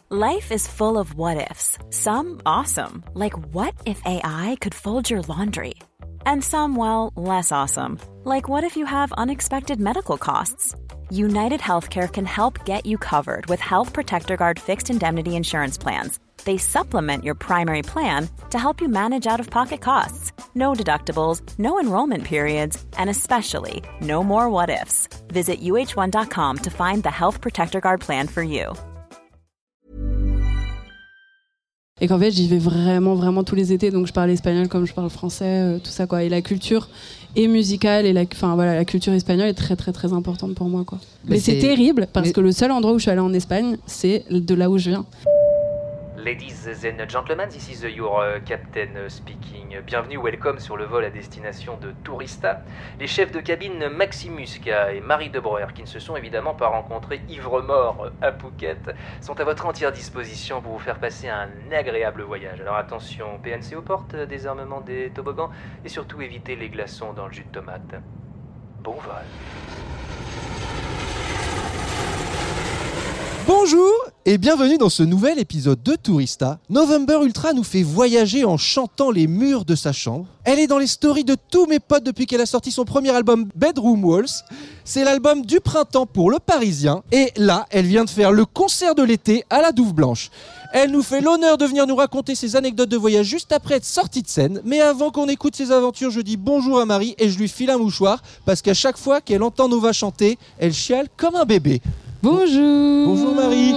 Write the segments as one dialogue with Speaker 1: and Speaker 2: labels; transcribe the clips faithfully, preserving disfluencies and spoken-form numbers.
Speaker 1: Life is full of what-ifs. Some awesome, like what if A I could fold your laundry? And some, well, less awesome, like what if you have unexpected medical costs? United Healthcare can help get you covered with Health Protector Guard fixed indemnity insurance plans. They supplement your primary plan to help you manage out-of-pocket costs. No deductibles, no enrollment periods, and especially no more what-ifs. Visit U H one dot com to find the Health Protector Guard plan for you.
Speaker 2: Et qu'en fait, j'y vais vraiment, vraiment tous les étés. Donc, je parle espagnol comme je parle français, euh, tout ça, quoi. Et la culture est musicale et la, enfin, voilà, la culture espagnole est très, très, très importante pour moi, quoi. Mais, Mais c'est... c'est terrible parce Mais... que le seul endroit où je suis allée en Espagne, c'est de là où je viens.
Speaker 3: Ladies and gentlemen, this is your uh, captain speaking. Bienvenue, welcome sur le vol à destination de Tourista. Les chefs de cabine Maxime Muscat et Marie De Breuer, qui ne se sont évidemment pas rencontrés ivre-mort à Phuket, sont à votre entière disposition pour vous faire passer un agréable voyage. Alors attention, P N C aux portes, désarmement des toboggans et surtout évitez les glaçons dans le jus de tomate. Bon vol.
Speaker 4: Bonjour et bienvenue dans ce nouvel épisode de Tourista. November Ultra nous fait voyager en chantant les murs de sa chambre. Elle est dans les stories de tous mes potes depuis qu'elle a sorti son premier album Bedroom Walls. C'est l'album du printemps pour le Parisien. Et là, elle vient de faire le concert de l'été à la Douve Blanche. Elle nous fait l'honneur de venir nous raconter ses anecdotes de voyage juste après être sortie de scène. Mais avant qu'on écoute ses aventures, je dis bonjour à Marie et je lui file un mouchoir parce qu'à chaque fois qu'elle entend Nova chanter, elle chiale comme un bébé.
Speaker 2: Bonjour.
Speaker 4: Bonjour Marie.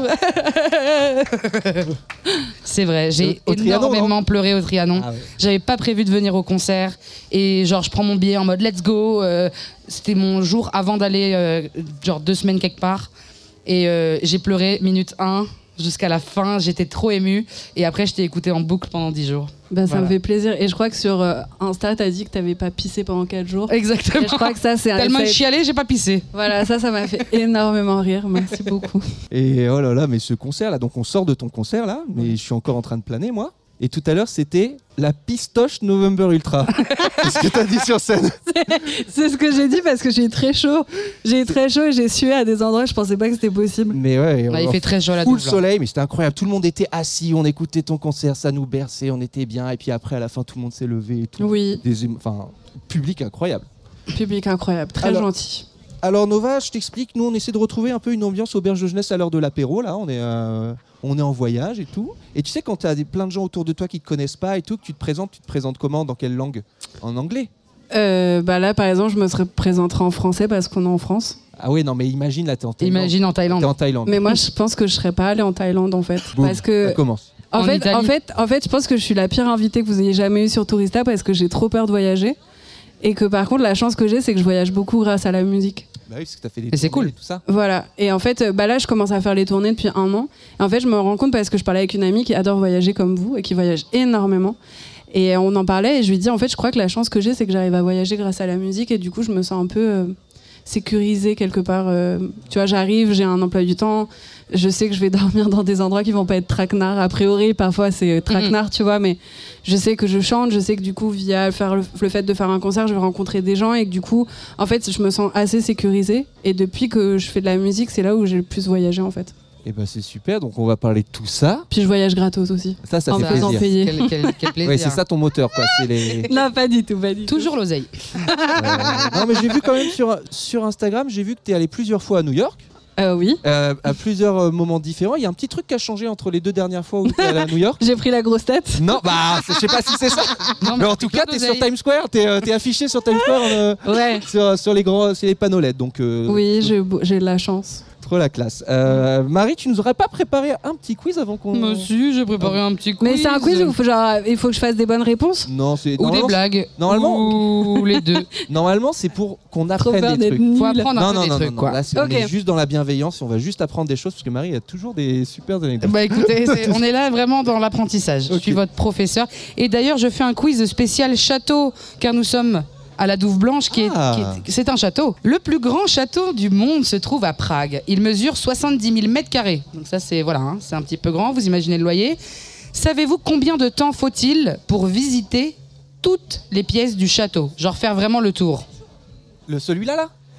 Speaker 5: C'est vrai, j'ai au énormément Trianon, pleuré au Trianon. Ah ouais. J'avais pas prévu de venir au concert et genre je prends mon billet en mode let's go. Euh, c'était mon jour avant d'aller euh, genre deux semaines quelque part et euh, j'ai pleuré minute un jusqu'à la fin. J'étais trop émue et après je t'ai écouté en boucle pendant dix jours.
Speaker 2: Bah, ça
Speaker 5: voilà.
Speaker 2: me fait plaisir. Et je crois que sur euh, Insta, t'as dit que t'avais pas pissé pendant quatre jours.
Speaker 5: Exactement.
Speaker 2: Et je crois que ça, c'est
Speaker 5: tellement
Speaker 2: un
Speaker 5: chialé, j'ai pas pissé.
Speaker 2: Voilà, ça, ça m'a fait énormément rire. Merci beaucoup.
Speaker 4: Et oh là là, mais ce concert-là, donc on sort de ton concert là, mais je suis encore en train de planer moi. Et tout à l'heure, c'était la pistoche November Ultra. Qu'est-ce que t'as dit sur scène ?
Speaker 2: c'est, c'est ce que j'ai dit parce que j'ai très chaud. J'ai très chaud et j'ai sué à des endroits, je pensais pas que c'était possible.
Speaker 4: Mais ouais,
Speaker 5: bah, il fait très chaud là.
Speaker 4: Full le soleil, mais c'était incroyable. Tout le monde était assis, on écoutait ton concert, ça nous berçait, on était bien. Et puis après, à la fin, tout le monde s'est levé et tout.
Speaker 2: Oui.
Speaker 4: Des, enfin, public incroyable.
Speaker 2: Public incroyable, très Alors, gentil.
Speaker 4: Alors Nova, je t'explique, nous on essaie de retrouver un peu une ambiance auberge de jeunesse à l'heure de l'apéro. Là, on est... Euh... On est en voyage et tout. Et tu sais, quand tu as des, plein de gens autour de toi qui ne te connaissent pas et tout, que tu te présentes, tu te présentes comment ? Dans quelle langue ? En anglais ?
Speaker 2: euh, bah Là, par exemple, je me serais présenterai en français parce qu'on est en France.
Speaker 4: Ah oui, non, mais imagine, là, t'es en Thaïlande.
Speaker 5: Imagine en Thaïlande.
Speaker 4: T'es en Thaïlande.
Speaker 2: Mais moi, je pense que je ne serais pas allée en Thaïlande, en fait.
Speaker 4: Boum,
Speaker 2: parce que...
Speaker 4: ça commence.
Speaker 2: En,
Speaker 5: en,
Speaker 2: fait, en, fait, en fait, je pense que je suis la pire invitée que vous ayez jamais eue sur Tourista parce que j'ai trop peur de voyager. Et que par contre, la chance que j'ai, c'est que je voyage beaucoup grâce à la musique.
Speaker 4: Bah oui, parce que t'as fait des
Speaker 5: et c'est cool.
Speaker 4: Et tout ça.
Speaker 2: Voilà. Et en fait, bah là, je commence à faire les tournées depuis un an. Et en fait, je me rends compte parce que je parlais avec une amie qui adore voyager comme vous et qui voyage énormément. Et on en parlait et je lui dis, en fait, je crois que la chance que j'ai, c'est que j'arrive à voyager grâce à la musique et du coup, je me sens un peu euh, sécurisée quelque part. Euh, tu vois, j'arrive, j'ai un emploi du temps. Je sais que je vais dormir dans des endroits qui vont pas être traquenards. A priori, parfois, c'est traquenard, mmh. tu vois, mais je sais que je chante, je sais que du coup, via faire le, le fait de faire un concert, je vais rencontrer des gens et que du coup, en fait, je me sens assez sécurisée. Et depuis que je fais de la musique, c'est là où j'ai le plus voyagé, en fait.
Speaker 4: Et ben bah c'est super, donc on va parler de tout ça.
Speaker 2: Puis je voyage gratos aussi.
Speaker 4: Ça, ça
Speaker 2: en
Speaker 4: fait plaisir.
Speaker 2: Payer.
Speaker 5: Quel, quel, quel plaisir.
Speaker 4: Ouais, c'est ça ton moteur, quoi. C'est les...
Speaker 2: Non, pas du tout, pas du
Speaker 5: Toujours
Speaker 2: tout.
Speaker 5: l'oseille.
Speaker 4: Euh, non, mais j'ai vu quand même sur, sur Instagram, j'ai vu que t'es allé plusieurs fois à New York.
Speaker 2: Euh, oui.
Speaker 4: Euh, à plusieurs euh, moments différents. Il y a un petit truc qui a changé entre les deux dernières fois où tu es allé à New York.
Speaker 2: J'ai pris la grosse tête.
Speaker 4: Non, bah, je sais pas si c'est ça.
Speaker 5: Non,
Speaker 4: mais, mais en tout cas, t'es sur Times Square. T'es, euh, t'es affiché sur Times Square euh,
Speaker 2: ouais.
Speaker 4: sur, sur les grands, sur les panneaux L E D. Donc, euh,
Speaker 2: oui, j'ai, j'ai de la chance.
Speaker 4: Trop la classe. Euh, Marie, tu nous aurais pas préparé un petit quiz avant qu'on...
Speaker 5: Moi aussi, j'ai préparé un petit quiz.
Speaker 2: Mais c'est un quiz où il faut, genre, il faut que je fasse des bonnes réponses.
Speaker 4: Non, c'est...
Speaker 5: Ou des blagues.
Speaker 4: Normalement...
Speaker 5: Ou les deux.
Speaker 4: Normalement, c'est pour qu'on apprenne des trucs.
Speaker 2: Nul.
Speaker 5: Faut apprendre
Speaker 4: non,
Speaker 5: un peu
Speaker 4: non,
Speaker 5: des
Speaker 4: non,
Speaker 5: trucs,
Speaker 4: non, non,
Speaker 5: quoi.
Speaker 4: là, c'est,
Speaker 2: okay.
Speaker 4: on est juste dans la bienveillance et on va juste apprendre des choses parce que Marie a toujours des super anecdotes.
Speaker 5: Bah écoutez, c'est, on est là vraiment dans l'apprentissage. Okay. Je suis votre professeur. Et d'ailleurs, je fais un quiz spécial château car nous sommes... à la Douve Blanche, qui est,
Speaker 4: ah.
Speaker 5: qui est, c'est un château. Le plus grand château du monde se trouve à Prague. Il mesure soixante-dix mille mètres carrés. Donc ça, c'est, voilà, hein, c'est un petit peu grand, vous imaginez le loyer. Savez-vous combien de temps faut-il pour visiter toutes les pièces du château ? Genre faire vraiment le tour ?
Speaker 4: Le celui-là, là ?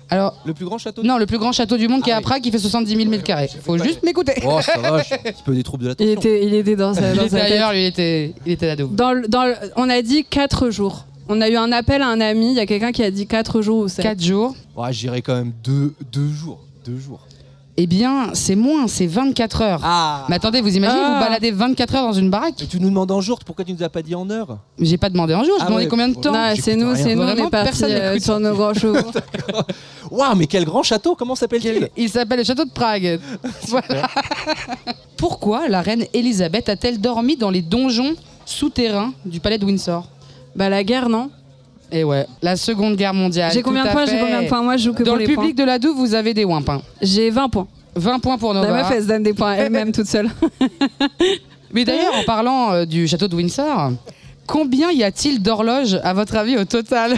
Speaker 5: Alors,
Speaker 4: le plus grand château.
Speaker 5: Non, le plus grand château du monde
Speaker 4: ah,
Speaker 5: qui est
Speaker 4: oui.
Speaker 5: à Prague, qui fait soixante-dix mille mètres carrés. Faut juste m'écouter.
Speaker 4: Oh, ça va, j'ai un petit peu des troubles de l'attention.
Speaker 2: Il était, il était dans sa,
Speaker 5: il
Speaker 2: dans
Speaker 5: était
Speaker 2: sa tête.
Speaker 5: ailleurs, lui, il était, il était là-dedans.
Speaker 2: Dans le, dans le, on a dit quatre jours. On a eu un appel à un ami. Il y a quelqu'un qui a dit quatre jours ou sept.
Speaker 5: quatre jours.
Speaker 4: Ouais, j'irais quand même deux, deux jours. Deux jours.
Speaker 5: Eh bien, c'est moins, c'est vingt-quatre heures.
Speaker 4: Ah.
Speaker 5: Mais attendez, vous imaginez,
Speaker 2: Ah.
Speaker 5: vous baladez vingt-quatre heures dans une baraque?
Speaker 4: Mais tu nous demandes en jour, pourquoi tu nous as pas dit en heure?
Speaker 5: J'ai pas demandé un jour, je
Speaker 4: Ah
Speaker 5: demandais
Speaker 4: ouais.
Speaker 5: combien de temps.
Speaker 2: Non,
Speaker 4: J'écoute
Speaker 2: c'est nous,
Speaker 4: rien.
Speaker 2: c'est nous, on
Speaker 5: Vraiment,
Speaker 2: est partis
Speaker 5: personne
Speaker 2: euh,
Speaker 5: n'écoute.
Speaker 2: sur nos grands chevaux.
Speaker 4: Waouh, mais quel grand château, comment s'appelle-t-il?
Speaker 5: Il s'appelle le château de Prague. Voilà. Pourquoi la reine Elisabeth a-t-elle dormi dans les donjons souterrains du palais de Windsor?
Speaker 2: Bah la guerre, non?
Speaker 5: Et ouais, la seconde guerre mondiale.
Speaker 2: J'ai combien
Speaker 5: tout
Speaker 2: de
Speaker 5: à
Speaker 2: points?
Speaker 5: fait.
Speaker 2: J'ai combien de points? Moi, je joue que
Speaker 5: Dans
Speaker 2: pour
Speaker 5: le
Speaker 2: les
Speaker 5: public
Speaker 2: points.
Speaker 5: de la Douve, vous avez des wimpins.
Speaker 2: J'ai vingt points.
Speaker 5: vingt points pour
Speaker 2: La
Speaker 5: Nova.
Speaker 2: meuf, elle se donne des points elle-même toute seule.
Speaker 5: Mais d'ailleurs, en parlant euh, du château de Windsor, combien y a-t-il d'horloges, à votre avis, au total?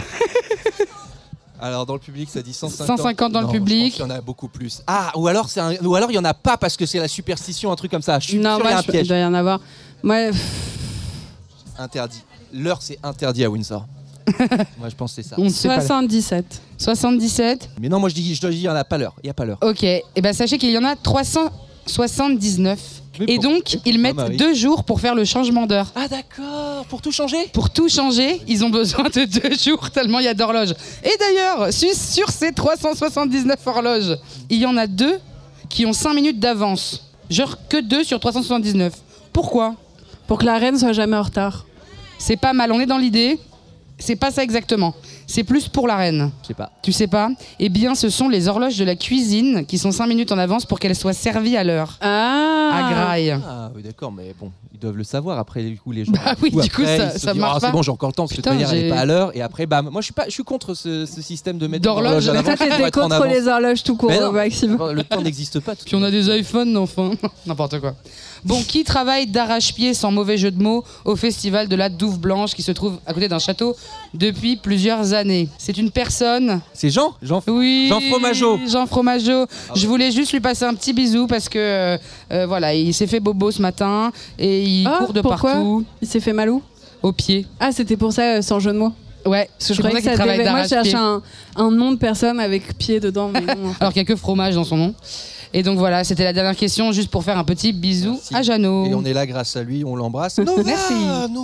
Speaker 4: Alors dans le public ça dit cent cinquante.
Speaker 5: cent cinquante dans
Speaker 4: Non,
Speaker 5: le public.
Speaker 4: Je pense qu'il y en a beaucoup plus. Ah ou alors c'est un... ou alors il y en a pas parce que c'est la superstition, un truc comme ça. Je suis
Speaker 2: Non,
Speaker 4: sûr qu'il y a
Speaker 2: moi,
Speaker 4: un
Speaker 2: je- il
Speaker 4: piège.
Speaker 2: doit y en avoir. Moi, pff,
Speaker 4: Interdit. L'heure c'est interdit à Windsor. Moi je pense que c'est ça.
Speaker 5: On ne sait pas.
Speaker 2: soixante-dix-sept.
Speaker 5: soixante-dix-sept.
Speaker 4: Mais non, moi je dis je dois dire il y en a pas l'heure. Il y a pas l'heure.
Speaker 5: Ok, et ben sachez qu'il y en a trois cent soixante-dix-neuf.
Speaker 4: Mais
Speaker 5: Et
Speaker 4: pour-
Speaker 5: donc, ils mettent
Speaker 4: Ah bah oui.
Speaker 5: deux jours pour faire le changement d'heure.
Speaker 4: Ah d'accord, pour tout changer.
Speaker 5: Pour tout changer, ils ont besoin de deux jours tellement il y a d'horloges. Et d'ailleurs, su- sur ces trois cent soixante-dix-neuf horloges, il y en a deux qui ont cinq minutes d'avance. Genre que deux sur trois cent soixante-dix-neuf. Pourquoi?
Speaker 2: Pour que la reine soit jamais en retard.
Speaker 5: C'est pas mal, on est dans l'idée. C'est pas ça exactement. C'est plus pour la reine.
Speaker 4: Je sais pas.
Speaker 5: Tu sais pas? Eh bien, ce sont les horloges de la cuisine qui sont cinq minutes en avance pour qu'elles soient servies à l'heure.
Speaker 2: Ah
Speaker 5: À graille.
Speaker 4: Ah oui d'accord, mais bon, ils doivent le savoir après du coup les gens.
Speaker 5: Bah oui, du coup,
Speaker 4: après,
Speaker 5: ça-
Speaker 4: ils se
Speaker 5: ça
Speaker 4: disent,
Speaker 5: marche
Speaker 4: ah,
Speaker 5: pas.
Speaker 4: C'est bon, j'ai encore le temps parce que de
Speaker 5: Putain,
Speaker 4: toute manière elle
Speaker 5: j'ai-
Speaker 4: est pas à l'heure et après bam. Moi je suis pas, je suis contre ce, ce système de mettre
Speaker 5: D'horloge.
Speaker 4: l'horloge à
Speaker 2: Mais toi,
Speaker 4: l'avance pour
Speaker 2: t'étais
Speaker 4: être en
Speaker 2: contre
Speaker 4: avance.
Speaker 2: les horloges tout court,
Speaker 4: Mais non.
Speaker 2: Maxime.
Speaker 4: Le temps n'existe pas.
Speaker 5: Puis on a des iPhones, enfin. N'importe quoi. Bon, qui travaille d'arrache-pied, sans mauvais jeu de mots, au festival de la Douve Blanche qui se trouve à côté d'un château depuis plusieurs années? C'est une personne.
Speaker 4: C'est Jean, Jean.
Speaker 5: Oui.
Speaker 4: Jean Fromageau.
Speaker 5: Jean Fromageau. Je voulais juste lui passer un petit bisou parce que euh, euh, voilà, il s'est fait bobo ce matin et il
Speaker 2: Ah,
Speaker 5: court de
Speaker 2: pourquoi
Speaker 5: partout,
Speaker 2: Il s'est fait mal où?
Speaker 5: au pied.
Speaker 2: Ah, c'était pour ça, euh, sans jeu de mots.
Speaker 5: Ouais,
Speaker 2: Parce que je
Speaker 5: c'est pour
Speaker 2: croyais
Speaker 5: ça
Speaker 2: que
Speaker 5: qu'il
Speaker 2: ça
Speaker 5: travaille
Speaker 2: devait... Moi, je
Speaker 5: d'arrache-pied.
Speaker 2: cherchais un, un nom de personne avec pied dedans. Mais non, en fait.
Speaker 5: Alors qu'il n'y a que fromage dans son nom. Et donc voilà, c'était la dernière question, juste pour faire un petit bisou
Speaker 4: Merci.
Speaker 5: à Jeannot.
Speaker 4: Et on est là grâce à lui, on l'embrasse. Nova,
Speaker 5: Merci.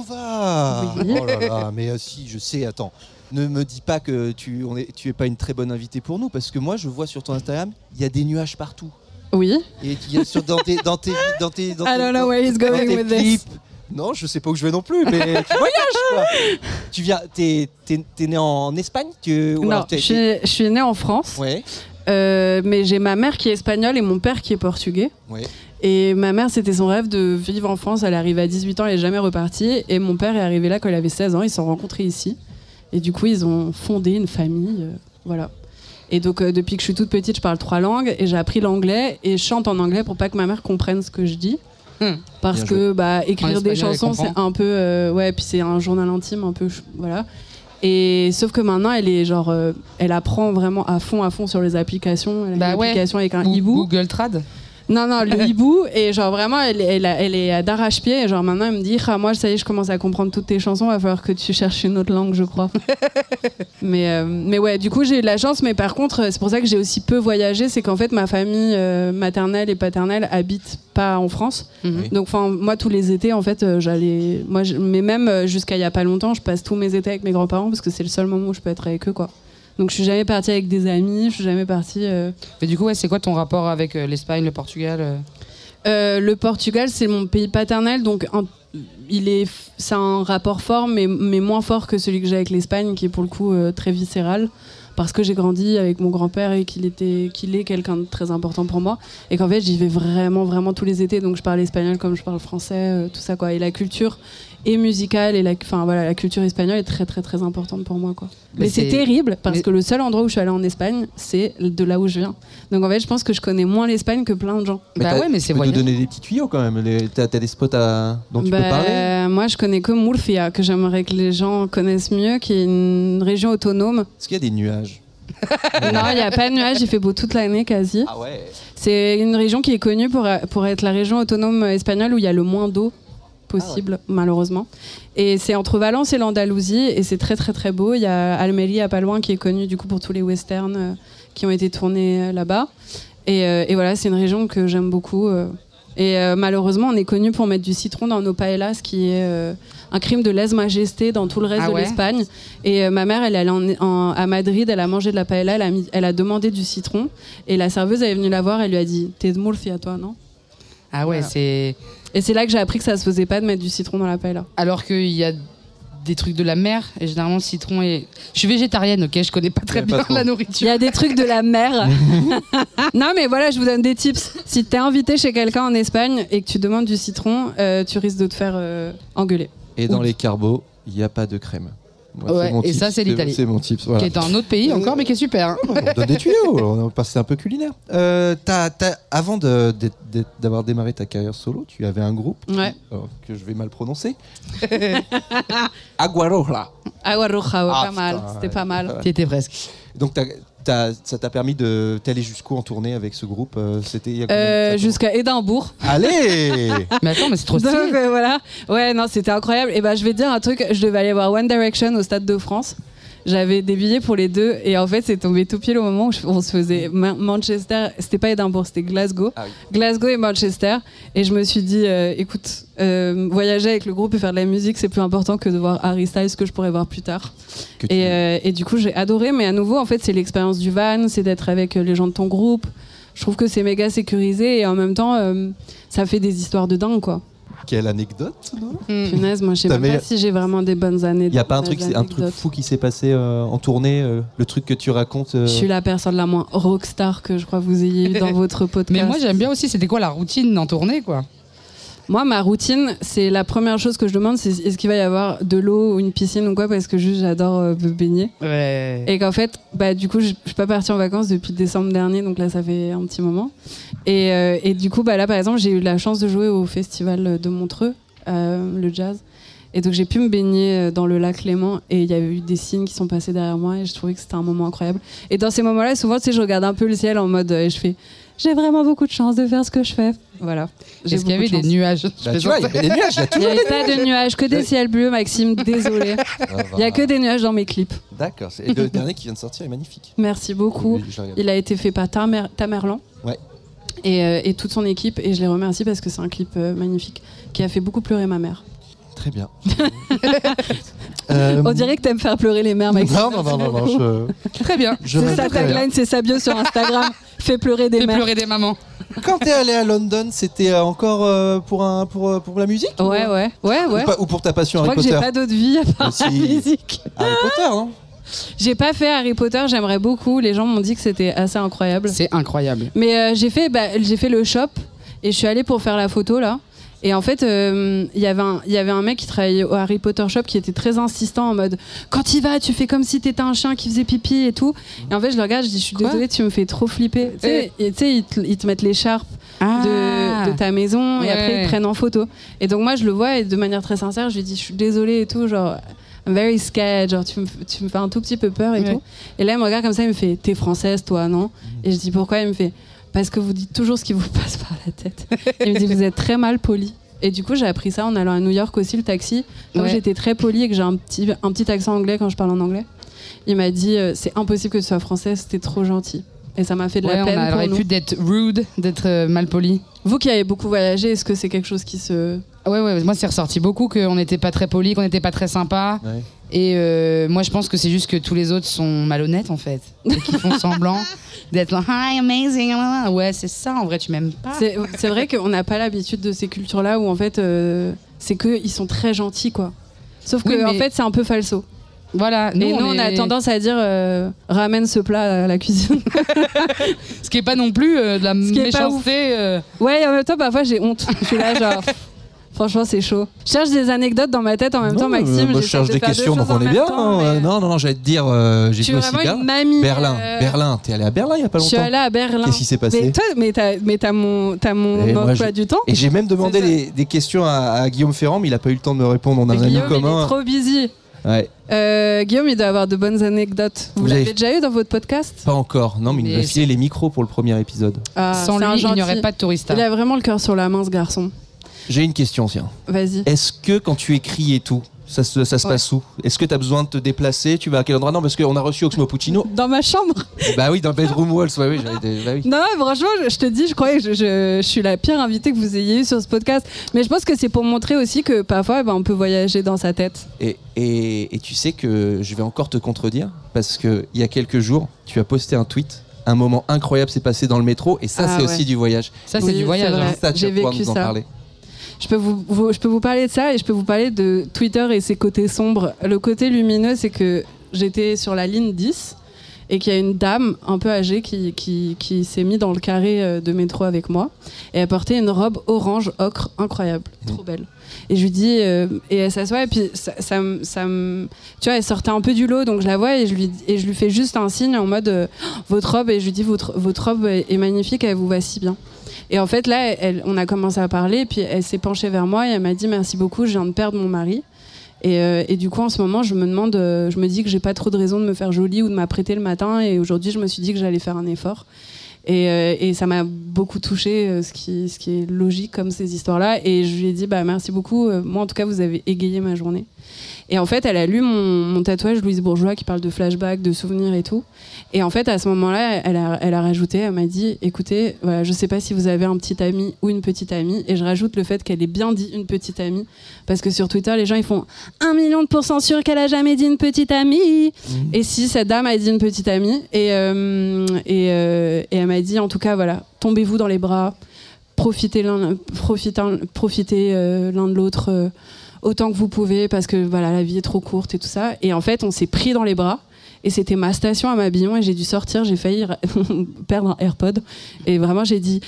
Speaker 4: Nova.
Speaker 2: Oui.
Speaker 4: Oh là là, mais euh, si, je sais. Attends, ne me dis pas que tu, on est, tu es pas une très bonne invitée pour nous, parce que moi, je vois sur ton Instagram, il y a des nuages partout.
Speaker 2: Oui.
Speaker 4: Et il y a sur dans tes, dans tes, dans tes, dans
Speaker 2: I
Speaker 4: tes-
Speaker 2: don't know where he's
Speaker 4: dans
Speaker 2: going
Speaker 4: tes
Speaker 2: with this.
Speaker 4: clips. Non, je sais pas où je vais non plus, mais tu voyages quoi. Tu viens, t'es, t'es, t'es né en Espagne, tu, ou
Speaker 2: Non,
Speaker 4: alors t'es-
Speaker 2: je suis, je suis née en France.
Speaker 4: Ouais,
Speaker 2: Euh, mais j'ai ma mère qui est espagnole et mon père qui est portugais.
Speaker 4: ouais.
Speaker 2: Et ma mère, c'était son rêve de vivre en France. Elle est arrivée à dix-huit ans, elle n'est jamais repartie. Et mon père est arrivé là quand il avait seize ans. Ils se sont rencontrés ici. Et du coup, ils ont fondé une famille. euh, voilà. Et donc, euh, depuis que je suis toute petite, je parle trois langues. Et j'ai appris l'anglais. Et je chante en anglais pour pas que ma mère comprenne ce que je dis.
Speaker 5: Hmm.
Speaker 2: Parce
Speaker 4: Bien
Speaker 2: que bah, écrire
Speaker 5: En
Speaker 2: des
Speaker 5: espagnol, elle
Speaker 2: chansons, c'est
Speaker 5: comprend.
Speaker 2: un peu. euh, ouais, puis c'est un journal intime, un peu. ch- Voilà. Et sauf que maintenant, elle est genre. euh, elle apprend vraiment à fond, à fond sur les applications. Elle a
Speaker 5: Bah
Speaker 2: une
Speaker 5: ouais.
Speaker 2: application avec un
Speaker 5: Ou-
Speaker 2: hibou.
Speaker 5: Google Trad.
Speaker 2: Non, non, le hibou, et genre vraiment, elle, elle, a- elle est d'arrache-pied, et genre maintenant, elle me dit, ah, moi, ça y est, je commence à comprendre toutes tes chansons, va falloir que tu cherches une autre langue, je crois. mais, euh, mais ouais, du coup, j'ai eu de la chance, mais par contre, c'est pour ça que j'ai aussi peu voyagé, c'est qu'en fait, ma famille euh, maternelle et paternelle habite pas en France.
Speaker 5: Mhm.
Speaker 4: Oui.
Speaker 2: Donc, enfin, moi, tous les étés, en fait, euh, j'allais. Moi, je- mais même euh, jusqu'à il y a pas longtemps, je passe tous mes étés avec mes grands-parents, parce que c'est le seul moment où je peux être avec eux, quoi. Donc, je suis jamais partie avec des amis, je suis jamais partie. euh,
Speaker 5: Mais du coup, ouais, c'est quoi ton rapport avec euh, l'Espagne, le Portugal euh
Speaker 2: Euh, le Portugal, c'est mon pays paternel, donc un- il est, c'est un rapport fort, mais, mais moins fort que celui que j'ai avec l'Espagne, qui est pour le coup euh, très viscéral, parce que j'ai grandi avec mon grand-père et qu'il était, qu'il est quelqu'un de très important pour moi, et qu'en fait j'y vais vraiment, vraiment tous les étés, donc je parle espagnol comme je parle français, euh, tout ça quoi, et la culture et musicale et la, enfin voilà, la culture espagnole est très, très, très importante pour moi quoi.
Speaker 5: Mais
Speaker 2: Mais, c'est
Speaker 5: c'est-
Speaker 2: terrible parce
Speaker 5: mais-
Speaker 2: que le seul endroit où je suis allée en Espagne, c'est de là où je viens. Donc en fait, je pense que je connais moins l'Espagne que plein de gens.
Speaker 4: Mais
Speaker 5: Bah
Speaker 4: t'as-
Speaker 5: ouais, mais
Speaker 4: tu
Speaker 5: c'est
Speaker 4: peux nous
Speaker 5: voyage.
Speaker 4: donner des petits tuyaux quand même. Les- T'as, t'as des spots à, dont tu
Speaker 2: Bah,
Speaker 4: peux parler.
Speaker 2: Moi, je connais que Murcia, que j'aimerais que les gens connaissent mieux, qui est une région autonome.
Speaker 4: Est-ce qu'il y a des nuages?
Speaker 2: Non, il n'y a pas de nuages, il fait beau toute l'année quasi.
Speaker 4: Ah ouais.
Speaker 2: C'est une région qui est connue pour, pour être la région autonome espagnole où il y a le moins d'eau possible, malheureusement. Et c'est entre Valence et l'Andalousie, et c'est très très très beau. Il y a Almeria pas loin qui est connu du coup pour tous les westerns, euh, qui ont été tournés là-bas. Et, euh, et voilà, c'est une région que j'aime beaucoup. Euh. Et euh, malheureusement, on est connu pour mettre du citron dans nos paellas, ce qui est euh, un crime de lèse-majesté dans tout le reste ah de ouais l'Espagne. Et euh, ma mère, elle est allée en, en, à Madrid, elle a mangé de la paella, elle a, mis, elle a demandé du citron. Et la serveuse, elle est venue la voir, elle lui a dit « T'es de Murcia, toi, non ?»
Speaker 5: Ah ouais, voilà. c'est...
Speaker 2: Et c'est là que j'ai appris que ça se faisait pas de mettre du citron dans la paella.
Speaker 5: Alors qu'il y a des trucs de la mer, et généralement le citron est... Je suis végétarienne, ok, je connais pas très bien pas la nourriture.
Speaker 2: Il y a des trucs de la mer. Non mais voilà, je vous donne des tips. Si t'es invité chez quelqu'un en Espagne et que tu demandes du citron, euh, tu risques de te faire euh, engueuler.
Speaker 4: Et dans Oups. les carbos, il n'y a pas de crème.
Speaker 5: Moi, ouais, et tips, ça c'est l'Italie.
Speaker 4: C'est mon tips. Voilà.
Speaker 5: Qui est un autre pays encore, mais qui est super. Hein.
Speaker 4: On donne des tuyaux, on est passé un peu culinaire. Euh, t'as, t'as, avant de, de, de, d'avoir démarré ta carrière solo, tu avais un groupe
Speaker 2: ouais.
Speaker 4: qui, euh, que je vais mal prononcer. Agua Roja.
Speaker 2: Agua Roja, ouais, ah, pas putain, mal. C'était ouais, pas mal.
Speaker 5: Tu étais presque.
Speaker 4: Donc t'as, t'as, ça t'a permis de t'aller jusqu'où en tournée avec ce groupe euh, C'était il y a combien
Speaker 2: euh, jusqu'à Édimbourg.
Speaker 4: Allez.
Speaker 5: Mais attends, mais c'est trop stylé.
Speaker 2: Donc euh, voilà. Ouais, non, c'était incroyable. Et ben, bah, je vais te dire un truc. Je devais aller voir One Direction au Stade de France. J'avais des billets pour les deux et en fait c'est tombé tout pile au moment où on se faisait Ma- Manchester, c'était pas Édimbourg, c'était Glasgow, ah oui. Glasgow et Manchester et je me suis dit euh, écoute euh, voyager avec le groupe et faire de la musique c'est plus important que de voir Harry Styles que je pourrais voir plus tard et, euh, et du coup j'ai adoré mais à nouveau en fait c'est l'expérience du van, c'est d'être avec les gens de ton groupe, je trouve que c'est méga sécurisé et en même temps euh, ça fait des histoires de dingue quoi.
Speaker 4: Quelle anecdote, non
Speaker 2: mmh. Punaise, moi je sais même pas si j'ai vraiment des bonnes années.
Speaker 4: Il y a pas un truc, un truc fou qui s'est passé euh, en tournée, euh, le truc que tu racontes. Euh...
Speaker 2: Je suis la personne la moins rockstar que je crois que vous ayez eu dans votre podcast.
Speaker 5: Mais moi j'aime bien aussi. C'était quoi la routine en tournée, quoi?
Speaker 2: Moi, ma routine, c'est la première chose que je demande, c'est est-ce qu'il va y avoir de l'eau ou une piscine ou quoi, parce que juste j'adore euh, me baigner.
Speaker 5: Ouais.
Speaker 2: Et qu'en fait, bah du coup, je suis pas partie en vacances depuis décembre dernier, donc là, ça fait un petit moment. Et, euh, et du coup, bah là, par exemple, j'ai eu la chance de jouer au festival de Montreux, euh, le jazz. Et donc j'ai pu me baigner dans le lac Léman et il y a eu des signes qui sont passés derrière moi et je trouvais que c'était un moment incroyable. Et dans ces moments-là, souvent, tu sais, je regarde un peu le ciel en mode et je fais j'ai vraiment beaucoup de chance de faire ce que je fais. Voilà.
Speaker 5: Est-ce qu'il y avait des nuages?
Speaker 4: Bah, tu vois, il y avait des nuages. Il y a toujours
Speaker 2: il n'y avait pas de nuages, que des ciels bleus, Maxime. Désolé. Il n'y a que des nuages dans mes clips.
Speaker 4: D'accord. Et le dernier qui vient de sortir est magnifique.
Speaker 2: Merci beaucoup. Il a été fait par Tamer- Tamerlan.
Speaker 4: Ouais.
Speaker 2: Et, euh, et toute son équipe. Et je les remercie parce que c'est un clip euh, magnifique qui a fait beaucoup pleurer ma mère.
Speaker 4: Très bien. euh,
Speaker 2: On dirait que t'aimes faire pleurer les mères, Maxime.
Speaker 4: Non, non, non, non, non je...
Speaker 5: Très bien.
Speaker 4: Je
Speaker 2: c'est sa tagline, c'est sa bio sur Instagram. Fait pleurer des
Speaker 5: Fait
Speaker 2: mères.
Speaker 5: pleurer des mamans.
Speaker 4: Quand t'es allé à London, c'était encore euh, pour, un, pour, pour la musique?
Speaker 2: Ouais, ou... ouais, ouais, ouais.
Speaker 4: Ou, pas, ou pour ta passion
Speaker 2: je
Speaker 4: Harry Potter?
Speaker 2: Je crois que j'ai pas d'autre vie à part
Speaker 4: Aussi...
Speaker 2: la musique.
Speaker 4: Harry Potter, non?
Speaker 2: J'ai pas fait Harry Potter, j'aimerais beaucoup. Les gens m'ont dit que c'était assez incroyable.
Speaker 5: C'est incroyable.
Speaker 2: Mais euh, j'ai fait, bah, j'ai fait le shop et je suis allée pour faire la photo là. Et en fait, il euh, y avait un, y avait un mec qui travaillait au Harry Potter Shop qui était très insistant en mode quand tu vas, tu fais comme si t'étais un chien qui faisait pipi et tout. Et en fait, je le regarde, je dis je suis Quoi désolée, tu me fais trop flipper. Tu sais, ils te, ils te mettent l'écharpe ah. de, de ta maison ouais. et après ils te prennent en photo. Et donc moi, je le vois et de manière très sincère, je lui dis je suis désolée et tout, genre I'm very scared, genre tu me, tu me fais un tout petit peu peur et ouais. tout. Et là, il me regarde comme ça, il me fait t'es française toi, non? Et je dis pourquoi? Il me fait parce que vous dites toujours ce qui vous passe par la tête. Il me dit vous êtes très mal poli. Et du coup, j'ai appris ça en allant à New York aussi, le taxi. Donc ouais. j'étais très polie et que j'ai un petit, un petit accent anglais quand je parle en anglais. Il m'a dit euh, c'est impossible que tu sois française, t'es trop gentil. Et ça m'a fait de
Speaker 5: ouais,
Speaker 2: la peine.
Speaker 5: On aurait pu d'être rude, d'être euh, mal poli.
Speaker 2: Vous qui avez beaucoup voyagé, est-ce que c'est quelque chose qui se.
Speaker 5: Ouais, ouais, moi c'est ressorti beaucoup qu'on n'était pas très poli, qu'on n'était pas très sympa. Ouais. Et euh, moi je pense que c'est juste que tous les autres sont malhonnêtes en fait. Et qu'ils font semblant d'être là, hi, amazing. Ouais, c'est ça, en vrai, tu m'aimes pas.
Speaker 2: C'est, c'est vrai qu'on n'a pas l'habitude de ces cultures-là où en fait, euh, c'est qu'ils sont très gentils quoi. Sauf que oui, mais... en fait, c'est un peu falso.
Speaker 5: Voilà. Nous,
Speaker 2: et nous, on, on est... a tendance à dire euh, ramène ce plat à la cuisine.
Speaker 5: Ce qui est pas non plus euh, de la méchanceté. Euh...
Speaker 2: Ouais, et en même temps, parfois j'ai honte. Je suis là, genre. Franchement, c'est chaud. Je cherche des anecdotes dans ma tête en même non, temps, Maxime.
Speaker 4: Moi, je cherche des questions, donc on est bien. Temps, mais... Non, non, non, j'allais te dire, euh, j'ai vu aussi Berlin.
Speaker 2: Mamie,
Speaker 4: Berlin.
Speaker 2: Euh...
Speaker 4: Berlin. T'es allé à Berlin il y a pas longtemps.
Speaker 2: Je suis allée à Berlin.
Speaker 4: Qu'est-ce qui s'est passé?
Speaker 2: Mais toi, mais t'as, mais t'as mon, t'as mon emploi moi, du temps.
Speaker 4: Et j'ai même demandé les, des questions à, à Guillaume Ferrand, mais il a pas eu le temps de me répondre. On a un ami commun.
Speaker 2: Il est trop busy.
Speaker 4: Ouais.
Speaker 2: Euh, Guillaume, il doit avoir de bonnes anecdotes. Vous, Vous l'avez avez... déjà eu dans votre podcast?
Speaker 4: Pas encore. Non, mais, mais il nous a filé les micros pour le premier épisode.
Speaker 2: Ah,
Speaker 5: Sans lui, il n'y aurait pas de Tourista.
Speaker 2: Il a vraiment le cœur sur la main, ce garçon.
Speaker 4: J'ai une question, tiens.
Speaker 2: Vas-y.
Speaker 4: Est-ce que quand tu écris et tout, Ça se, ça se
Speaker 2: Ouais.
Speaker 4: passe où? Est-ce que tu as besoin de te déplacer? Tu vas à quel endroit? Non, parce qu'on a reçu Oxmo Puccino.
Speaker 2: Dans ma chambre.
Speaker 4: Bah oui, dans Bedroom Walls. Ouais, oui, j'avais- bah oui.
Speaker 2: Non, franchement, je, je te dis, je croyais que je, je, je suis la pire invitée que vous ayez eue sur ce podcast. Mais je pense que c'est pour montrer aussi que parfois, ben, on peut voyager dans sa tête.
Speaker 4: Et, et, et tu sais que je vais encore te contredire parce qu'il y a quelques jours, tu as posté un tweet. Un moment incroyable s'est passé dans le métro et ça,
Speaker 2: Ah
Speaker 4: c'est
Speaker 2: ouais.
Speaker 4: aussi du voyage.
Speaker 5: Ça, c'est
Speaker 2: Oui,
Speaker 5: du
Speaker 2: c'est
Speaker 5: voyage.
Speaker 2: vrai.
Speaker 5: hein.
Speaker 4: Ça, tu
Speaker 2: J'ai
Speaker 4: vas pouvoir
Speaker 2: vécu
Speaker 4: nous en
Speaker 2: ça.
Speaker 4: parler.
Speaker 2: Je peux vous, vous- je peux vous parler de ça et je peux vous parler de Twitter et ses côtés sombres. Le côté lumineux, c'est que j'étais sur la ligne dix et qu'il y a une dame un peu âgée qui, qui, qui s'est mise dans le carré euh, de métro avec moi et elle portait une robe orange ocre incroyable, trop belle. Et je lui dis, euh, et elle s'assoit et puis ça, ça, me- ça me, tu vois, elle sortait un peu du lot, donc je la vois et je lui, et je lui fais juste un signe en mode euh, votre robe, et je lui dis votre, votre robe est est magnifique, elle vous va si bien. Et en fait, là, elle, on a commencé à parler, puis elle s'est penchée vers moi et elle m'a dit merci beaucoup, je viens de perdre mon mari. Et, euh, et du coup, en ce moment, je me demande, euh, je me dis que j'ai pas trop de raison de me faire jolie ou de m'apprêter le matin. Et aujourd'hui, je me suis dit que j'allais faire un effort. Et, euh, et ça m'a beaucoup touchée, euh, ce qui, ce qui est logique comme ces histoires-là. Et je lui ai dit, bah merci beaucoup. Euh, moi, en tout cas, vous avez égayé ma journée. Et en fait, elle a lu mon, mon tatouage Louise Bourgeois qui parle de flashbacks, de souvenirs et tout. Et en fait, à ce moment-là, elle a, elle a rajouté, elle m'a dit, écoutez, voilà, je sais pas si vous avez un petit ami ou une petite amie. Et je rajoute le fait qu'elle ait bien dit une petite amie. Parce que sur Twitter, les gens, ils font un million de pourcents sûrs qu'elle a jamais dit une petite amie. Mmh. Et si cette dame a dit une petite amie, et, euh, et, euh, et elle m'a dit, en tout cas, voilà, tombez-vous dans les bras, profitez l'un, profitez, profitez euh, l'un de l'autre. Euh, autant que vous pouvez parce que voilà, la vie est trop courte et tout ça. Et en fait, on s'est pris dans les bras et c'était ma station à Mabillon et j'ai dû sortir, j'ai failli perdre un AirPod et vraiment j'ai dit...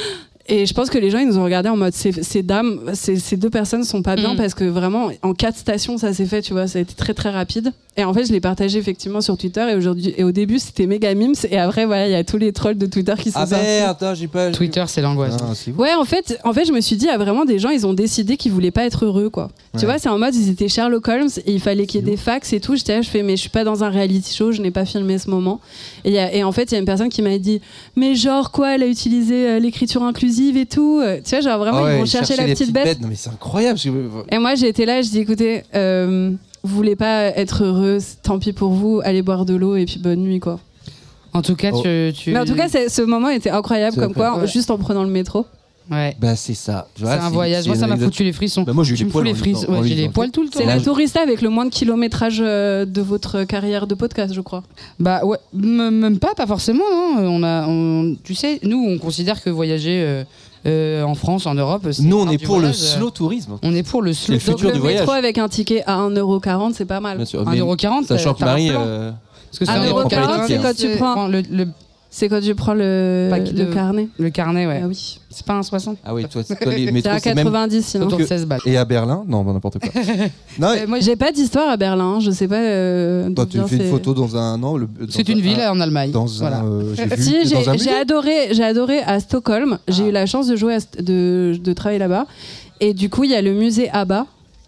Speaker 2: Et je pense que les gens ils nous ont regardé en mode ces, ces dames, ces, ces deux personnes sont pas bien mmh. parce que vraiment en quatre stations ça s'est fait, tu vois, ça a été très très rapide. Et en fait je l'ai partagé effectivement sur Twitter et aujourd'hui et au début c'était méga memes et après voilà il y a tous les trolls de Twitter qui sont
Speaker 4: ah
Speaker 2: sortis.
Speaker 4: Ah attends j'ai pas.
Speaker 5: Twitter c'est l'angoisse.
Speaker 4: Ah, c'est
Speaker 2: ouais en fait en fait je me suis dit ah vraiment des gens ils ont décidé qu'ils voulaient pas être heureux quoi. Ouais. Tu vois c'est en mode ils étaient Sherlock Holmes et il fallait qu'il y ait des fax et tout. J'étais là je fais mais je suis pas dans un reality show, je n'ai pas filmé ce moment. Et, y a, et en fait il y a une personne qui m'a dit mais genre quoi elle a utilisé euh, l'écriture inclusive et tout. Tu vois, genre vraiment, oh ouais, ils vont chercher la petite bête. bête.
Speaker 4: Non, mais c'est incroyable.
Speaker 2: Et moi, j'ai été là, je dis écoutez, euh, vous voulez pas être heureux, tant pis pour vous, allez boire de l'eau et puis bonne nuit, quoi.
Speaker 5: En tout cas, oh. tu, tu.
Speaker 2: Mais en tout cas, ce moment était incroyable, c'est comme quoi, ouais. juste en prenant le métro.
Speaker 5: Ouais.
Speaker 4: Bah, c'est ça.
Speaker 5: C'est un voyage. Moi, ça m'a foutu les frissons.
Speaker 4: Bah, moi, j'ai eu les poils.
Speaker 5: Les frissons. Ouais, j'ai les poils tout le temps.
Speaker 2: C'est la Tourista avec le moins de kilométrage de votre carrière de podcast, je crois.
Speaker 5: Bah, ouais. Même pas, pas forcément. Non. On a, on, tu sais, nous, on considère que voyager. Euh, Euh, en France, en Europe.
Speaker 4: Nous, on est pour voyage. le slow tourisme.
Speaker 5: On est pour le slow
Speaker 4: tourisme.
Speaker 2: Donc, le métro avec un ticket à un euro quarante, c'est pas mal.
Speaker 5: un euro quarante,
Speaker 4: sachant que Marie. Euh...
Speaker 5: Parce que c'est
Speaker 2: un euro quarante, c'est quand tu prends le. le... C'est quand tu prends le, le
Speaker 5: de...
Speaker 2: carnet.
Speaker 5: Le carnet, ouais.
Speaker 2: Ah oui.
Speaker 5: C'est pas un soixante.
Speaker 4: Ah oui, toi, toi les métros,
Speaker 2: c'est à quatre-vingt-dix sinon.
Speaker 5: Que... seize balles.
Speaker 4: Et à Berlin Non, bah, n'importe quoi.
Speaker 2: non, mais... Moi, j'ai pas d'histoire à Berlin. Je sais pas. Euh,
Speaker 4: toi, tu fais une photo dans un an. Le...
Speaker 5: C'est une ville en Allemagne.
Speaker 4: Dans
Speaker 5: voilà.
Speaker 4: un. Euh, j'ai vu,
Speaker 2: si,
Speaker 4: dans un
Speaker 2: j'ai adoré, j'ai adoré à Stockholm. J'ai ah. eu la chance de jouer, à, de, de travailler là-bas. Et du coup, il y a le musée ABBA.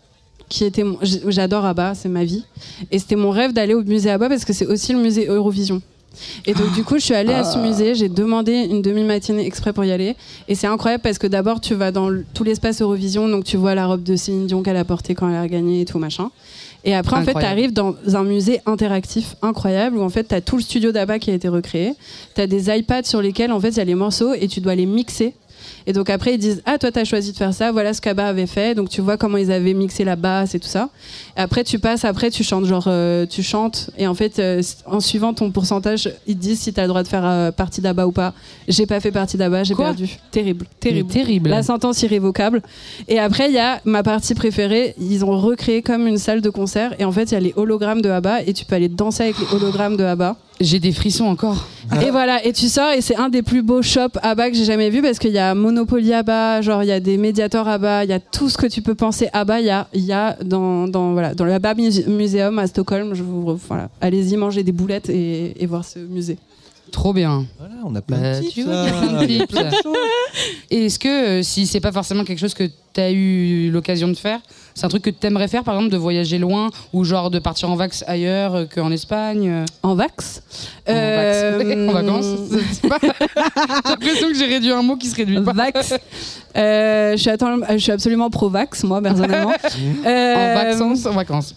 Speaker 2: Qui était mon... J'adore ABBA, c'est ma vie. Et c'était mon rêve d'aller au musée ABBA parce que c'est aussi le musée Eurovision. Et donc du coup je suis allée à ce musée, j'ai demandé une demi-matinée exprès pour y aller et c'est incroyable parce que d'abord tu vas dans tout l'espace Eurovision, donc tu vois la robe de Céline Dion qu'elle a portée quand elle a gagné et tout machin, et après incroyable. En fait tu arrives dans un musée interactif incroyable où en fait tu as tout le studio d'ABBA qui a été recréé, tu as des iPads sur lesquels en fait il y a les morceaux et tu dois les mixer. Et donc après ils disent ah toi t'as choisi de faire ça, voilà ce qu'ABBA avait fait, donc tu vois comment ils avaient mixé la basse et tout ça. Et après tu passes, après tu chantes genre euh, tu chantes et en fait euh, en suivant ton pourcentage ils te disent si t'as le droit de faire euh, partie d'ABBA ou pas. J'ai pas fait partie d'ABBA, j'ai
Speaker 5: Quoi
Speaker 2: perdu. Terrible, terrible,
Speaker 5: terrible.
Speaker 2: La sentence irrévocable. Et après il y a ma partie préférée, ils ont recréé comme une salle de concert et en fait il y a les hologrammes de ABBA et tu peux aller danser avec les hologrammes de ABBA.
Speaker 5: J'ai des frissons encore.
Speaker 2: Et voilà, et tu sors et c'est un des plus beaux shops ABBA que j'ai jamais vu parce qu'il y a Monopoly ABBA, genre il y a des Mediator ABBA, il y a tout ce que tu peux penser ABBA, il y a, il y a dans, dans, voilà, dans le ABBA Museum à Stockholm. Je vous, voilà, allez-y manger des boulettes et, et voir ce musée.
Speaker 5: Trop bien.
Speaker 4: Voilà, on a plein
Speaker 5: bah,
Speaker 4: de tips.
Speaker 5: Tu vois, il y a plein de tips. Et est-ce que euh, si c'est pas forcément quelque chose que t'as eu l'occasion de faire? C'est un truc que t'aimerais faire, par exemple, de voyager loin ou genre de partir en vax ailleurs qu'en Espagne?
Speaker 2: En vax
Speaker 5: En,
Speaker 2: euh...
Speaker 5: vax. En vacances. Pas... J'ai l'impression que j'ai réduit un mot qui se réduit pas.
Speaker 2: Vax. Euh, je, suis attend... je suis absolument pro-vax, moi, personnellement.
Speaker 5: euh... En vacances, en vacances.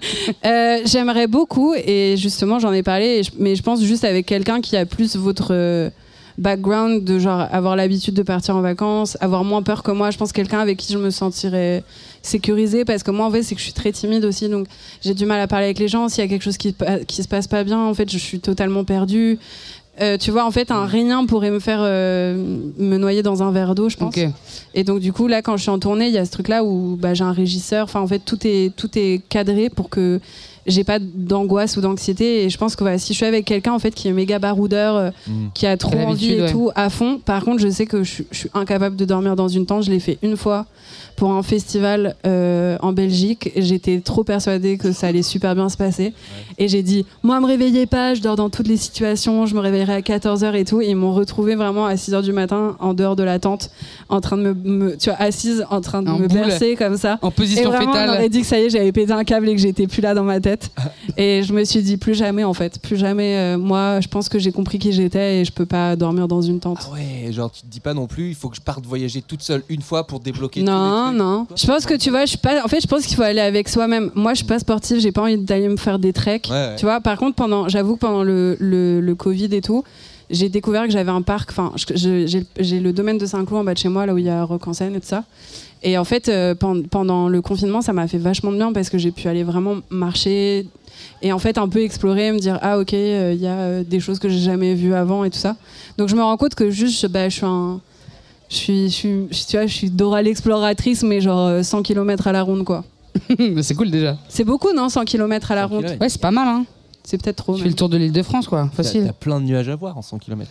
Speaker 2: euh, j'aimerais beaucoup, et justement, j'en ai parlé, mais je pense juste avec quelqu'un qui a plus votre... Euh... background de genre avoir l'habitude de partir en vacances, avoir moins peur que moi. Je pense quelqu'un avec qui je me sentirais sécurisée, parce que moi en fait c'est que je suis très timide aussi, donc j'ai du mal à parler avec les gens. S'il y a quelque chose qui, qui se passe pas bien, en fait je suis totalement perdue. Euh, tu vois, en fait un rien pourrait me faire euh, me noyer dans un verre d'eau, je pense.
Speaker 5: Okay.
Speaker 2: Et donc du coup là quand je suis en tournée, il y a ce truc là où bah, j'ai un régisseur, enfin en fait tout est, tout est cadré pour que j'ai pas d'angoisse ou d'anxiété, et je pense que voilà, si je suis avec quelqu'un en fait qui est méga baroudeur, euh, mmh. qui a trop envie et ouais. tout à fond, par contre je sais que je, je suis incapable de dormir dans une tente. Je l'ai fait une fois pour un festival euh, en Belgique, j'étais trop persuadée que ça allait super bien se passer, ouais. et j'ai dit moi me réveillez pas, je dors dans toutes les situations, je me réveillerai à quatorze heures et tout, et ils m'ont retrouvée vraiment à six heures du matin en dehors de la tente en train de me, me tu vois, assise en train de en me boule. bercer comme ça
Speaker 5: en position
Speaker 2: et vraiment,
Speaker 5: fétale.
Speaker 2: On aurait dit que ça y est, j'avais pété un câble et que j'étais plus là dans ma tête. Et je me suis dit plus jamais en fait, plus jamais. Euh, moi, je pense que j'ai compris qui j'étais et je peux pas dormir dans une tente.
Speaker 4: Ah ouais, genre tu te dis pas non plus, il faut que je parte voyager toute seule une fois pour débloquer.
Speaker 2: Non,
Speaker 4: tous les trucs,
Speaker 2: non.
Speaker 4: quoi.
Speaker 2: Je pense que tu vois, je suis pas. En fait, je pense qu'il faut aller avec soi-même. Moi, je suis pas sportive, j'ai pas envie d'aller me faire des treks. Ouais, ouais. Tu vois. Par contre, pendant, j'avoue que pendant le, le, le Covid et tout, j'ai découvert que j'avais un parc. Enfin, j'ai, j'ai le domaine de Saint-Cloud en bas de chez moi, là où il y a Rock en Seine et tout ça. Et en fait, euh, pendant le confinement, ça m'a fait vachement de bien parce que j'ai pu aller vraiment marcher et en fait un peu explorer, me dire ah ok, il euh, y a euh, des choses que j'ai jamais vues avant et tout ça. Donc je me rends compte que juste, bah, je suis un, je suis, je suis, tu vois, je suis Dora l'exploratrice, mais genre cent kilomètres à la ronde quoi.
Speaker 5: C'est cool déjà.
Speaker 2: C'est beaucoup non, cent kilomètres à la ronde.
Speaker 5: Ouais, c'est pas mal hein.
Speaker 2: C'est peut-être trop.
Speaker 5: Tu fais le tour de l'île de France, quoi. Facile.
Speaker 4: T'as, t'as plein de nuages à voir en cent kilomètres.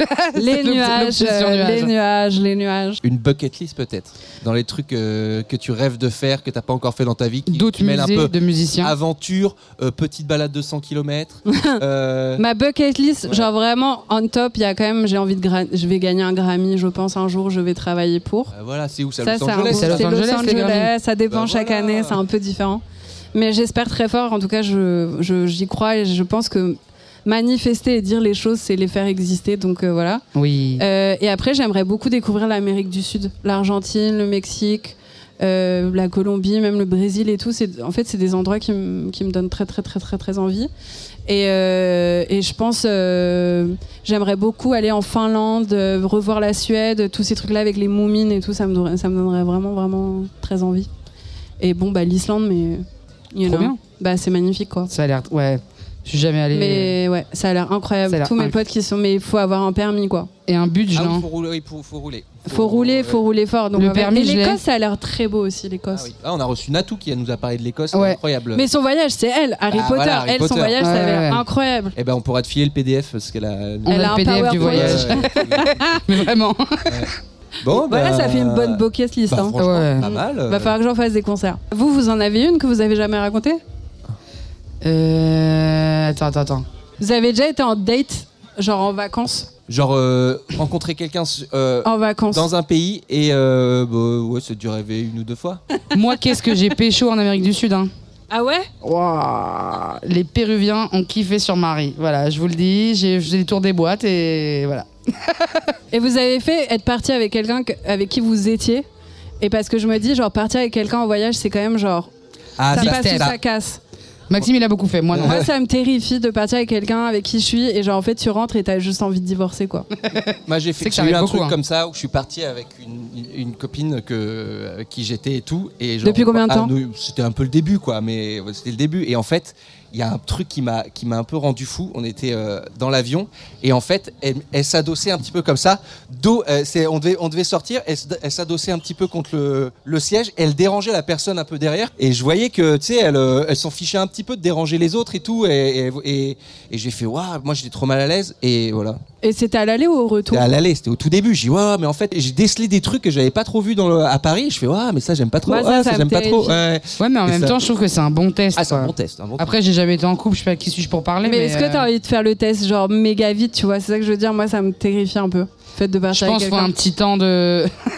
Speaker 2: les nuages, euh, les nuages, les nuages.
Speaker 4: Une bucket list peut-être. Dans les trucs euh, que tu rêves de faire, que t'as pas encore fait dans ta vie. Qui,
Speaker 5: D'autres
Speaker 4: qui
Speaker 5: musées,
Speaker 4: un peu
Speaker 5: de musiciens.
Speaker 4: Aventure, euh, petite balade de cent kilomètres. euh...
Speaker 2: Ma bucket list, ouais. genre vraiment on top, il y a quand même, j'ai envie de, gra- je vais gagner un Grammy, je pense un jour, je vais travailler pour.
Speaker 4: Euh, voilà, c'est où ça,
Speaker 2: ça
Speaker 4: Los Angeles.
Speaker 2: C'est, un, c'est,
Speaker 5: c'est Los Angeles,
Speaker 2: Los Angeles, ça dépend bah, chaque voilà. année, c'est un peu différent. Mais j'espère très fort, en tout cas, je, je, j'y crois et je pense que manifester et dire les choses, c'est les faire exister, donc euh, voilà.
Speaker 5: Oui.
Speaker 2: Euh, et après, j'aimerais beaucoup découvrir l'Amérique du Sud, l'Argentine, le Mexique, euh, la Colombie, même le Brésil et tout. C'est, en fait, c'est des endroits qui, m- qui me donnent très, très, très, très, très envie. Et, euh, et je pense, euh, j'aimerais beaucoup aller en Finlande, euh, revoir la Suède, tous ces trucs-là avec les moumines et tout, ça me donnerait, ça me donnerait vraiment, vraiment très envie. Et bon, bah l'Islande, mais you
Speaker 5: Trop
Speaker 2: know,
Speaker 5: bien.
Speaker 2: Bah c'est magnifique quoi.
Speaker 5: Ça a l'air, ouais. Je suis jamais allé.
Speaker 2: Mais ouais, ça a l'air incroyable. A l'air Tous mes inc... potes qui sont, mais il faut avoir un permis quoi.
Speaker 5: Et un budget.
Speaker 4: Ah, faut rouler, oui, faut, faut rouler.
Speaker 2: Faut, faut rouler, ouais. faut rouler fort. Donc
Speaker 5: le permis,
Speaker 2: et l'Écosse, ça a l'air très beau aussi, l'Écosse.
Speaker 4: Ah, oui. Ah, on a reçu Natou qui nous a parlé de l'Écosse,
Speaker 2: ouais.
Speaker 4: c'est incroyable.
Speaker 2: Mais son voyage, c'est elle, Harry ah, Potter.
Speaker 4: Voilà, Harry
Speaker 2: elle,
Speaker 4: Potter.
Speaker 2: son voyage,
Speaker 5: ouais,
Speaker 2: ça avait l'air
Speaker 5: ouais.
Speaker 2: incroyable.
Speaker 4: Eh ben, on pourra te filer le P D F parce qu'elle a.
Speaker 5: On
Speaker 2: elle
Speaker 5: a,
Speaker 2: a
Speaker 5: le P D F du voyage.
Speaker 4: Ouais, ouais.
Speaker 5: Mais vraiment.
Speaker 4: Ouais. Bon,
Speaker 2: voilà,
Speaker 4: bah,
Speaker 2: ça fait une bonne bucket list.
Speaker 4: Bah,
Speaker 2: hein.
Speaker 4: franchement,
Speaker 5: ouais.
Speaker 4: pas mal.
Speaker 2: Va falloir que j'en fasse des concerts. Vous, vous en avez une que vous avez jamais racontée ?
Speaker 5: Euh... Attends, attends, attends.
Speaker 2: Vous avez déjà été en date, genre en vacances ?
Speaker 4: Genre euh, rencontrer quelqu'un euh,
Speaker 2: en vacances
Speaker 4: dans un pays et euh, bah, ouais, c'est dû rêver une ou deux fois.
Speaker 5: Moi, qu'est-ce que j'ai pécho en Amérique du Sud hein.
Speaker 2: Ah ouais ?
Speaker 5: Wow. Les Péruviens ont kiffé sur Marie. Voilà, je vous le dis, j'ai fait le tour des boîtes et voilà.
Speaker 2: Et vous avez fait être parti avec quelqu'un avec qui vous étiez ? Et parce que je me dis, genre partir avec quelqu'un en voyage, c'est quand même genre
Speaker 4: ah,
Speaker 2: ça
Speaker 4: ça
Speaker 2: passe ou
Speaker 4: ça.
Speaker 2: ça casse.
Speaker 5: Maxime, il a beaucoup fait, moi non.
Speaker 2: Moi, ça me terrifie de partir avec quelqu'un avec qui je suis et genre en fait tu rentres et t'as juste envie de divorcer quoi.
Speaker 4: Moi j'ai fait j'ai eu un beaucoup, truc hein. comme ça où je suis parti avec une, une, une copine que, avec qui j'étais et tout. Et genre,
Speaker 2: depuis combien de temps ?
Speaker 4: ah, nous, c'était un peu le début quoi, mais c'était le début. Et en fait, il y a un truc qui m'a, qui m'a un peu rendu fou. On était euh, dans l'avion et en fait, elle, elle s'adossait un petit peu comme ça. Dos, euh, c'est, on, devait, on devait sortir, elle, elle s'adossait un petit peu contre le, le siège. Elle dérangeait la personne un peu derrière. Et je voyais que, tu sais, elle, elle s'en fichait un petit peu de déranger les autres et tout. Et, et, et, et j'ai fait, waouh, moi j'étais trop mal à l'aise. Et voilà.
Speaker 2: Et c'était à l'aller ou au retour ?
Speaker 4: C'était à l'aller, c'était au tout début. J'ai dit, waouh, mais en fait, j'ai décelé des trucs que j'avais pas trop vu dans le, à Paris. Je fais, waouh, mais ça, j'aime pas trop.
Speaker 2: Bah, ça,
Speaker 4: ouais,
Speaker 2: ça,
Speaker 4: ça j'aime pas trop.
Speaker 5: Ouais, ouais mais en et même ça... temps, je trouve que c'est un bon test.
Speaker 4: Ah, c'est
Speaker 5: quoi.
Speaker 4: un bon test. Un bon
Speaker 5: Après,
Speaker 4: test.
Speaker 5: j'ai jamais été en couple, je sais pas qui suis-je pour parler.
Speaker 2: Mais, mais est-ce
Speaker 5: euh...
Speaker 2: que t'as envie de faire le test, genre méga vite, tu vois ? C'est ça que je veux dire, moi, ça me terrifie un peu. Le fait de partir
Speaker 5: je pense
Speaker 2: avec
Speaker 5: qu'il faut un petit temps de.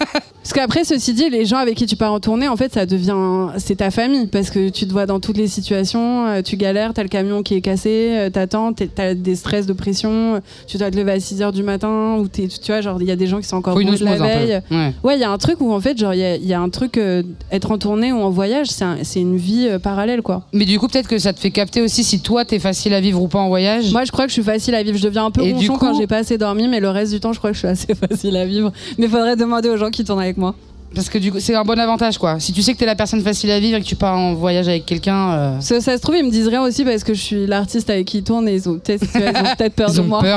Speaker 2: Parce qu'après, ceci dit, les gens avec qui tu pars en tournée, en fait, ça devient, c'est ta famille, parce que tu te vois dans toutes les situations, euh, tu galères, t'as le camion qui est cassé, euh, t'attends, t'as des stress de pression, tu dois te lever à six heures du matin, ou t'es, tu vois, genre, il y a des gens qui sont encore bourrés de la veille. Ouais, il y a un truc où, en fait, genre, il y, y a un truc, euh, être en tournée ou en voyage, c'est, un, c'est une vie euh, parallèle, quoi.
Speaker 5: Mais du coup, peut-être que ça te fait capter aussi si toi, t'es facile à vivre ou pas en voyage.
Speaker 2: Moi, je crois que je suis facile à vivre. Je deviens un peu ronchon coup... quand j'ai pas assez dormi, mais le reste du temps, je crois que je suis assez facile à vivre. Mais faudrait demander aux gens qui tournent avec moi.
Speaker 5: Parce que du coup, c'est un bon avantage, quoi. Si tu sais que t'es la personne facile à vivre et que tu pars en voyage avec quelqu'un. Euh...
Speaker 2: Ça, ça se trouve, ils me disent rien aussi parce que je suis l'artiste avec qui ils tournent et ils ont peut-être, ils ont peut-être peur
Speaker 5: ils
Speaker 2: de
Speaker 5: ont
Speaker 2: moi.
Speaker 5: Peur.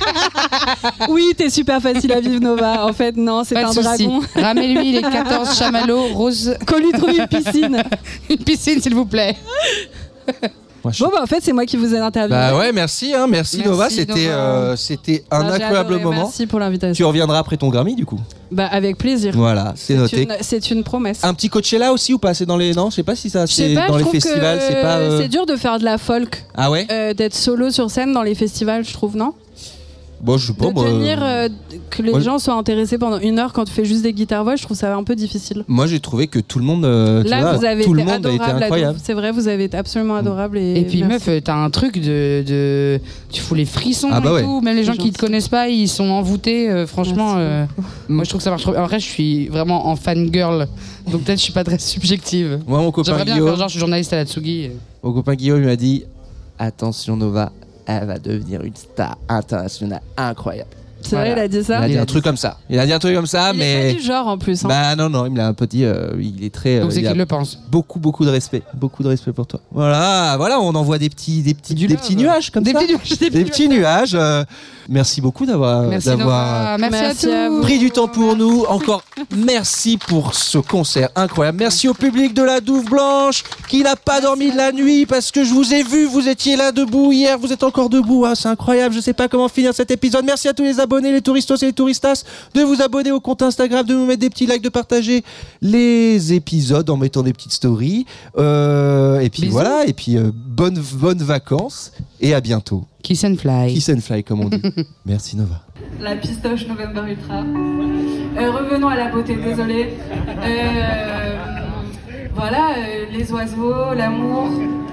Speaker 2: Oui, t'es super facile à vivre, Nova. En fait, non, c'est
Speaker 5: pas
Speaker 2: un
Speaker 5: de
Speaker 2: dragon.
Speaker 5: Ramez-lui les quatorze chamallows roses.
Speaker 2: Qu'on lui trouve une piscine.
Speaker 5: Une piscine, s'il vous plaît.
Speaker 2: Moi, je... Bon, bah en fait, c'est moi qui vous ai interviewé.
Speaker 4: Bah ouais, merci, hein, merci, merci Nova. C'était, euh, c'était un ah, incroyable
Speaker 2: adoré,
Speaker 4: moment.
Speaker 2: Merci pour l'invitation.
Speaker 4: Tu reviendras après ton Grammy, du coup.
Speaker 2: Bah avec plaisir.
Speaker 4: Voilà, c'est, c'est noté.
Speaker 2: Une, c'est une promesse.
Speaker 4: Un petit Coachella aussi ou pas? C'est dans les, non, je sais pas si ça, c'est
Speaker 2: pas,
Speaker 4: dans les festivals, c'est pas. Euh...
Speaker 2: C'est dur de faire de la folk.
Speaker 4: Ah ouais.
Speaker 2: Euh, d'être solo sur scène dans les festivals, je trouve, non?
Speaker 4: Bon, je sais pas,
Speaker 2: de
Speaker 4: moi,
Speaker 2: tenir, euh, que les
Speaker 4: moi,
Speaker 2: gens soient intéressés pendant une heure quand tu fais juste des guitares-voix, je trouve ça un peu difficile.
Speaker 4: Moi, j'ai trouvé que tout le monde, euh, tu
Speaker 2: là,
Speaker 4: vois,
Speaker 2: vous avez
Speaker 4: tout
Speaker 2: été
Speaker 4: le monde a été incroyable.
Speaker 2: C'est vrai, vous avez été absolument adorable. Et,
Speaker 5: et puis,
Speaker 2: merci.
Speaker 5: meuf, t'as un truc de, de, tu fous les frissons ah bah et ouais. tout. Même les gens qui te connaissent pas, ils sont envoûtés. Euh, franchement, euh, moi, je trouve que ça marche trop bien. Après, je suis vraiment en fangirl, donc peut-être je suis pas très subjective.
Speaker 4: Moi, mon copain
Speaker 5: J'aimerais bien
Speaker 4: Guillaume,
Speaker 5: faire genre, je suis journaliste à la Tsugi.
Speaker 4: Mon copain Guillaume il m'a dit, attention Nova, elle va devenir une star internationale incroyable.
Speaker 2: C'est voilà. vrai, il a dit ça.
Speaker 4: Il a dit un truc comme ça. Il a dit un truc comme ça,
Speaker 2: il
Speaker 4: mais.
Speaker 2: Il est pas du genre en plus. Hein.
Speaker 4: Bah non, non, il me l'a un peu dit. Euh, il est très.
Speaker 5: Donc
Speaker 4: euh,
Speaker 5: c'est
Speaker 4: il
Speaker 5: qu'il le pense.
Speaker 4: Beaucoup, beaucoup de respect. Beaucoup de respect pour toi. Voilà, voilà, on envoie des petits, des petits,
Speaker 5: du
Speaker 4: des
Speaker 5: love.
Speaker 4: petits nuages comme
Speaker 5: des
Speaker 4: ça.
Speaker 5: Petits nuages,
Speaker 4: des, des petits nuages. Euh, merci beaucoup d'avoir.
Speaker 5: Merci,
Speaker 4: d'avoir
Speaker 5: merci, merci à tous.
Speaker 4: Pris du temps pour nous. Encore merci pour ce concert incroyable. Merci au public de la Douve Blanche qui n'a pas dormi de la nuit parce que je vous ai vu. Vous étiez là debout hier. Vous êtes encore debout. Ah, c'est incroyable. Je sais pas comment finir cet épisode. Merci à tous les abonnés, les touristos et les touristas, de vous abonner au compte Instagram, de nous mettre des petits likes, de partager les épisodes en mettant des petites stories. Euh, et puis Bisous. Voilà. Et puis euh, bonnes bonnes vacances et à bientôt.
Speaker 5: Kiss and fly.
Speaker 4: Kiss and fly, comme on dit. Merci Nova.
Speaker 2: La pistoche November Ultra. Euh, revenons à la beauté, désolé. Euh, voilà, euh, les oiseaux, l'amour.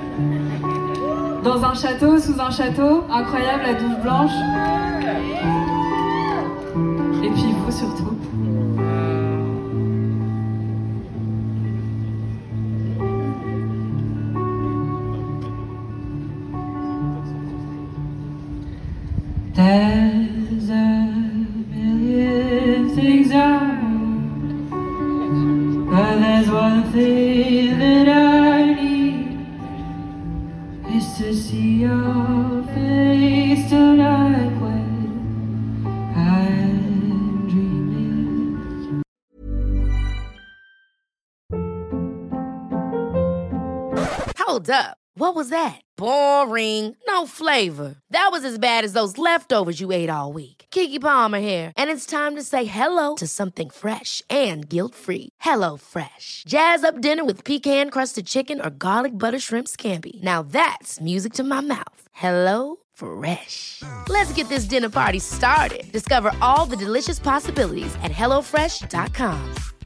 Speaker 2: Dans un château, sous un château, incroyable, la Douve Blanche. Et puis vous surtout. There's a million things around, but there's one thing that I need, is to see your face tonight when I'm dreaming.
Speaker 6: Hold up. What was that? Boring. No flavor. That was as bad as those leftovers you ate all week. Keke Palmer here, and it's time to say hello to something fresh and guilt-free. Hello Fresh. Jazz up dinner with pecan-crusted chicken or garlic butter shrimp scampi. Now that's music to my mouth. Hello Fresh. Let's get this dinner party started. Discover all the delicious possibilities at hello fresh dot com.